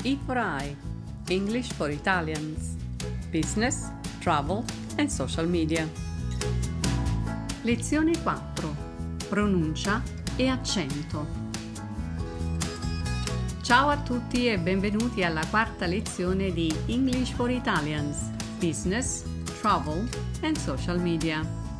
E for I, English for Italians, Business, Travel and Social Media. Lezione 4. Pronuncia e accento. Ciao a tutti e benvenuti alla quarta lezione di English for Italians, Business, Travel and Social Media.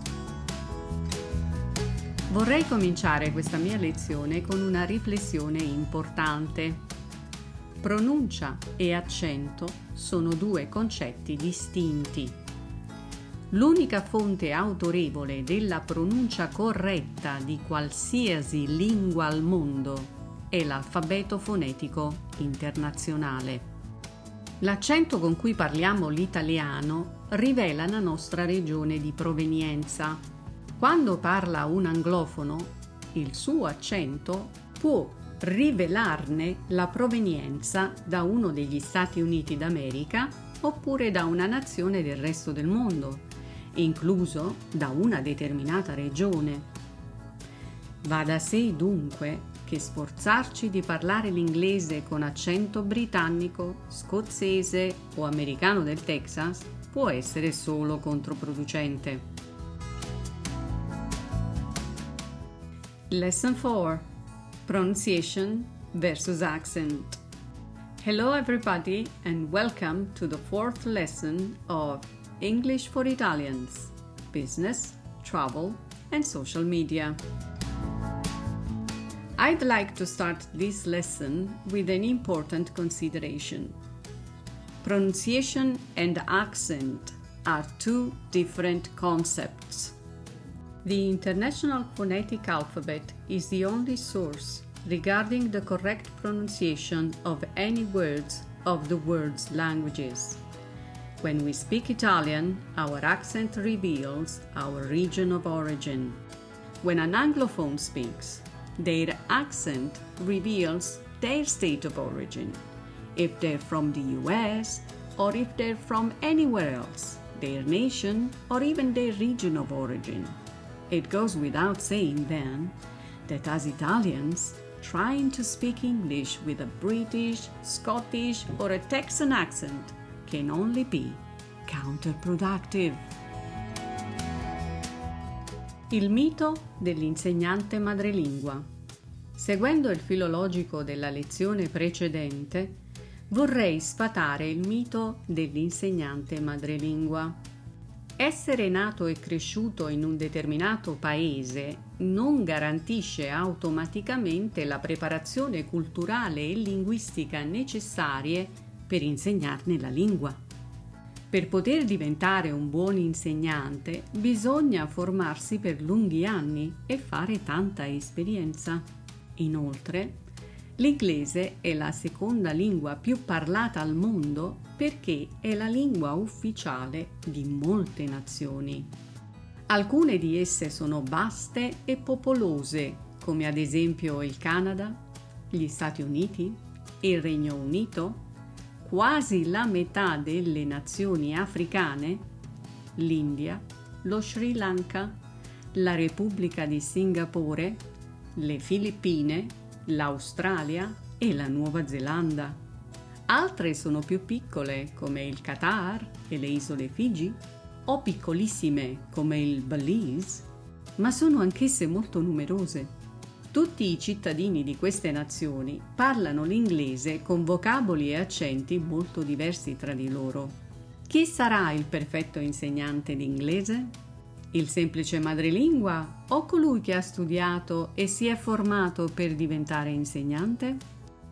Vorrei cominciare questa mia lezione con una riflessione importante. Pronuncia e accento sono due concetti distinti. L'unica fonte autorevole della pronuncia corretta di qualsiasi lingua al mondo è l'alfabeto fonetico internazionale. L'accento con cui parliamo l'italiano rivela la nostra regione di provenienza. Quando parla un anglofono, il suo accento può rivelarne la provenienza da uno degli Stati Uniti d'America oppure da una nazione del resto del mondo, incluso da una determinata regione. Va da sé dunque che sforzarci di parlare l'inglese con accento britannico, scozzese o americano del Texas può essere solo controproducente. Lesson 4. Pronunciation versus accent. Hello everybody and welcome to the fourth lesson of English for Italians, Business, Travel and Social Media. I'd like to start this lesson with an important consideration. Pronunciation and accent are two different concepts. The International Phonetic Alphabet is the only source regarding the correct pronunciation of any words of the world's languages. When we speak Italian, our accent reveals our region of origin. When an Anglophone speaks, their accent reveals their state of origin. If they're from the US, or if they're from anywhere else, their nation, or even their region of origin. It goes without saying, then, that as Italians, trying to speak English with a British, Scottish, or a Texan accent can only be counterproductive. Il mito dell'insegnante madrelingua. Seguendo il filo logico della lezione precedente, vorrei sfatare il mito dell'insegnante madrelingua. Essere nato e cresciuto in un determinato paese non garantisce automaticamente la preparazione culturale e linguistica necessarie per insegnarne la lingua. Per poter diventare un buon insegnante bisogna formarsi per lunghi anni e fare tanta esperienza. Inoltre, l'inglese è la seconda lingua più parlata al mondo perché è la lingua ufficiale di molte nazioni. Alcune di esse sono vaste e popolose, come ad esempio il Canada, gli Stati Uniti, il Regno Unito, quasi la metà delle nazioni africane, l'India, lo Sri Lanka, la Repubblica di Singapore, le Filippine, l'Australia e la Nuova Zelanda. Altre sono più piccole come il Qatar e le isole Figi o piccolissime come il Belize, ma sono anch'esse molto numerose. Tutti i cittadini di queste nazioni parlano l'inglese con vocaboli e accenti molto diversi tra di loro. Chi sarà il perfetto insegnante d'inglese? Il semplice madrelingua o colui che ha studiato e si è formato per diventare insegnante?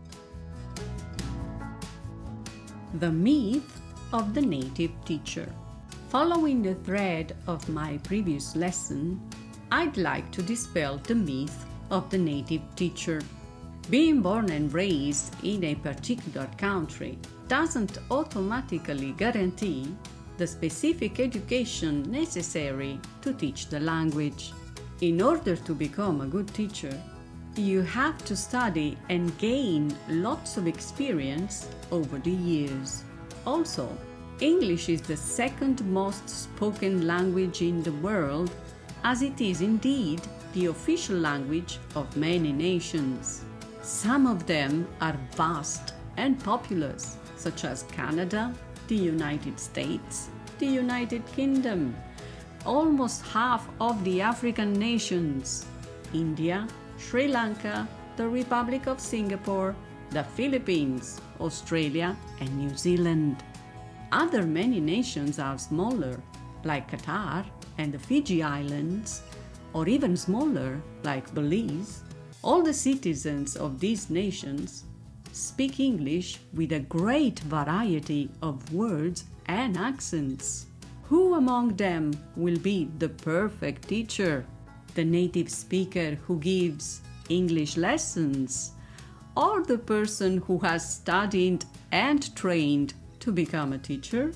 The myth of the native teacher. Following the thread of my previous lesson, I'd like to dispel the myth of the native teacher. Being born and raised in a particular country doesn't automatically guarantee the specific education necessary to teach the language. In order to become a good teacher, you have to study and gain lots of experience over the years. Also, English is the second most spoken language in the world, as it is indeed the official language of many nations. Some of them are vast and populous, such as Canada, the United States, the United Kingdom, almost half of the African nations, India, Sri Lanka, the Republic of Singapore, the Philippines, Australia, and New Zealand. Other many nations are smaller, like Qatar and the Fiji Islands, or even smaller, like Belize. All the citizens of these nations speak English with a great variety of words and accents. Who among them will be the perfect teacher? The native speaker who gives English lessons, or the person who has studied and trained to become a teacher?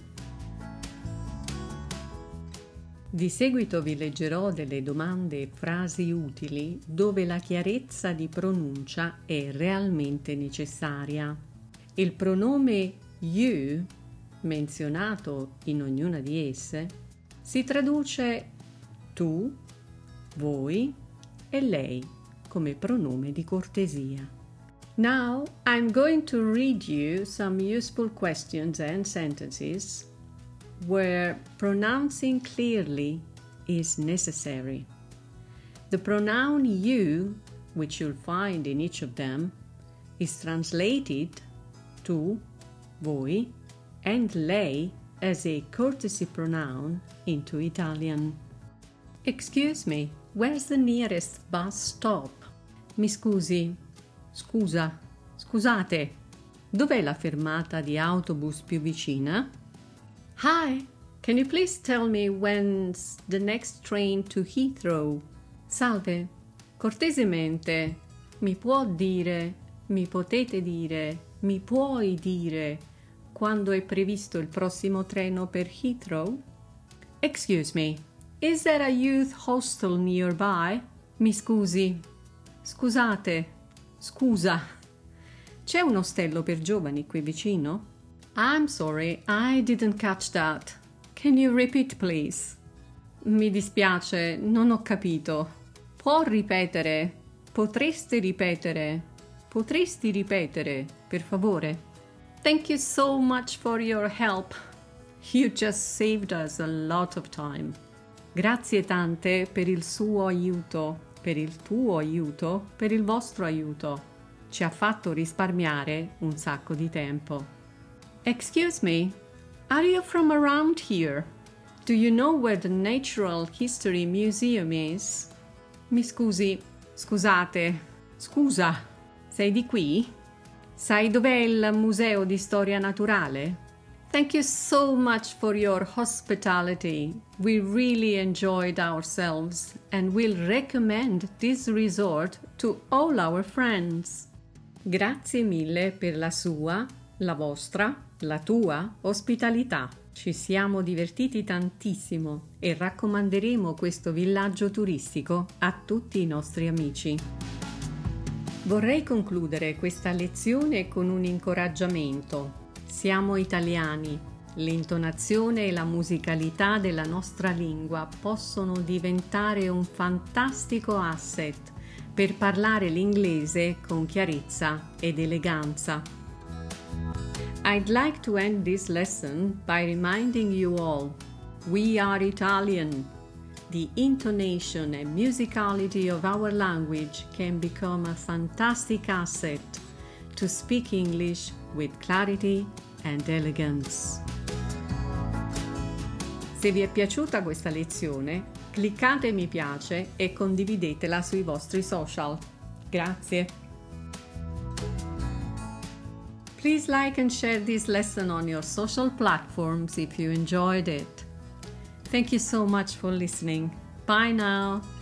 Di seguito vi leggerò delle domande e frasi utili dove la chiarezza di pronuncia è realmente necessaria. Il pronome you, menzionato in ognuna di esse, si traduce tu, voi e lei come pronome di cortesia. Now I'm going to read you some useful questions and sentences where pronouncing clearly is necessary. The pronoun you, which you'll find in each of them, is translated tu, voi, and lei as a courtesy pronoun into Italian. Excuse me, where's the nearest bus stop? Mi scusi, scusa, scusate, dov'è la fermata di autobus più vicina? Hi, can you please tell me when's the next train to Heathrow? Salve, cortesemente, mi potete dire, mi puoi dire quando è previsto il prossimo treno per Heathrow? Excuse me, is there a youth hostel nearby? Mi scusi, scusate, scusa, c'è un ostello per giovani qui vicino? I'm sorry, I didn't catch that. Can you repeat, please? Mi dispiace, non ho capito. Può ripetere? Potresti ripetere? Potresti ripetere, per favore? Thank you so much for your help. You just saved us a lot of time. Grazie tante per il suo aiuto, per il tuo aiuto, per il vostro aiuto. Ci ha fatto risparmiare un sacco di tempo. Excuse me, are you from around here? Do you know where the Natural History Museum is? Mi scusi, scusate, scusa, sei di qui? Sai dov'è il Museo di Storia Naturale? Thank you so much for your hospitality. We really enjoyed ourselves and will recommend this resort to all our friends. Grazie mille per la sua, la vostra, la tua ospitalità. Ci siamo divertiti tantissimo e raccomanderemo questo villaggio turistico a tutti i nostri amici. Vorrei concludere questa lezione con un incoraggiamento. Siamo italiani. L'intonazione e la musicalità della nostra lingua possono diventare un fantastico asset per parlare l'inglese con chiarezza ed eleganza. I'd like to end this lesson by reminding you all, we are Italian. The intonation and musicality of our language can become a fantastic asset to speak English with clarity and elegance. Se vi è piaciuta questa lezione, cliccate mi piace e condividetela sui vostri social. Grazie! Please like and share this lesson on your social platforms if you enjoyed it. Thank you so much for listening. Bye now.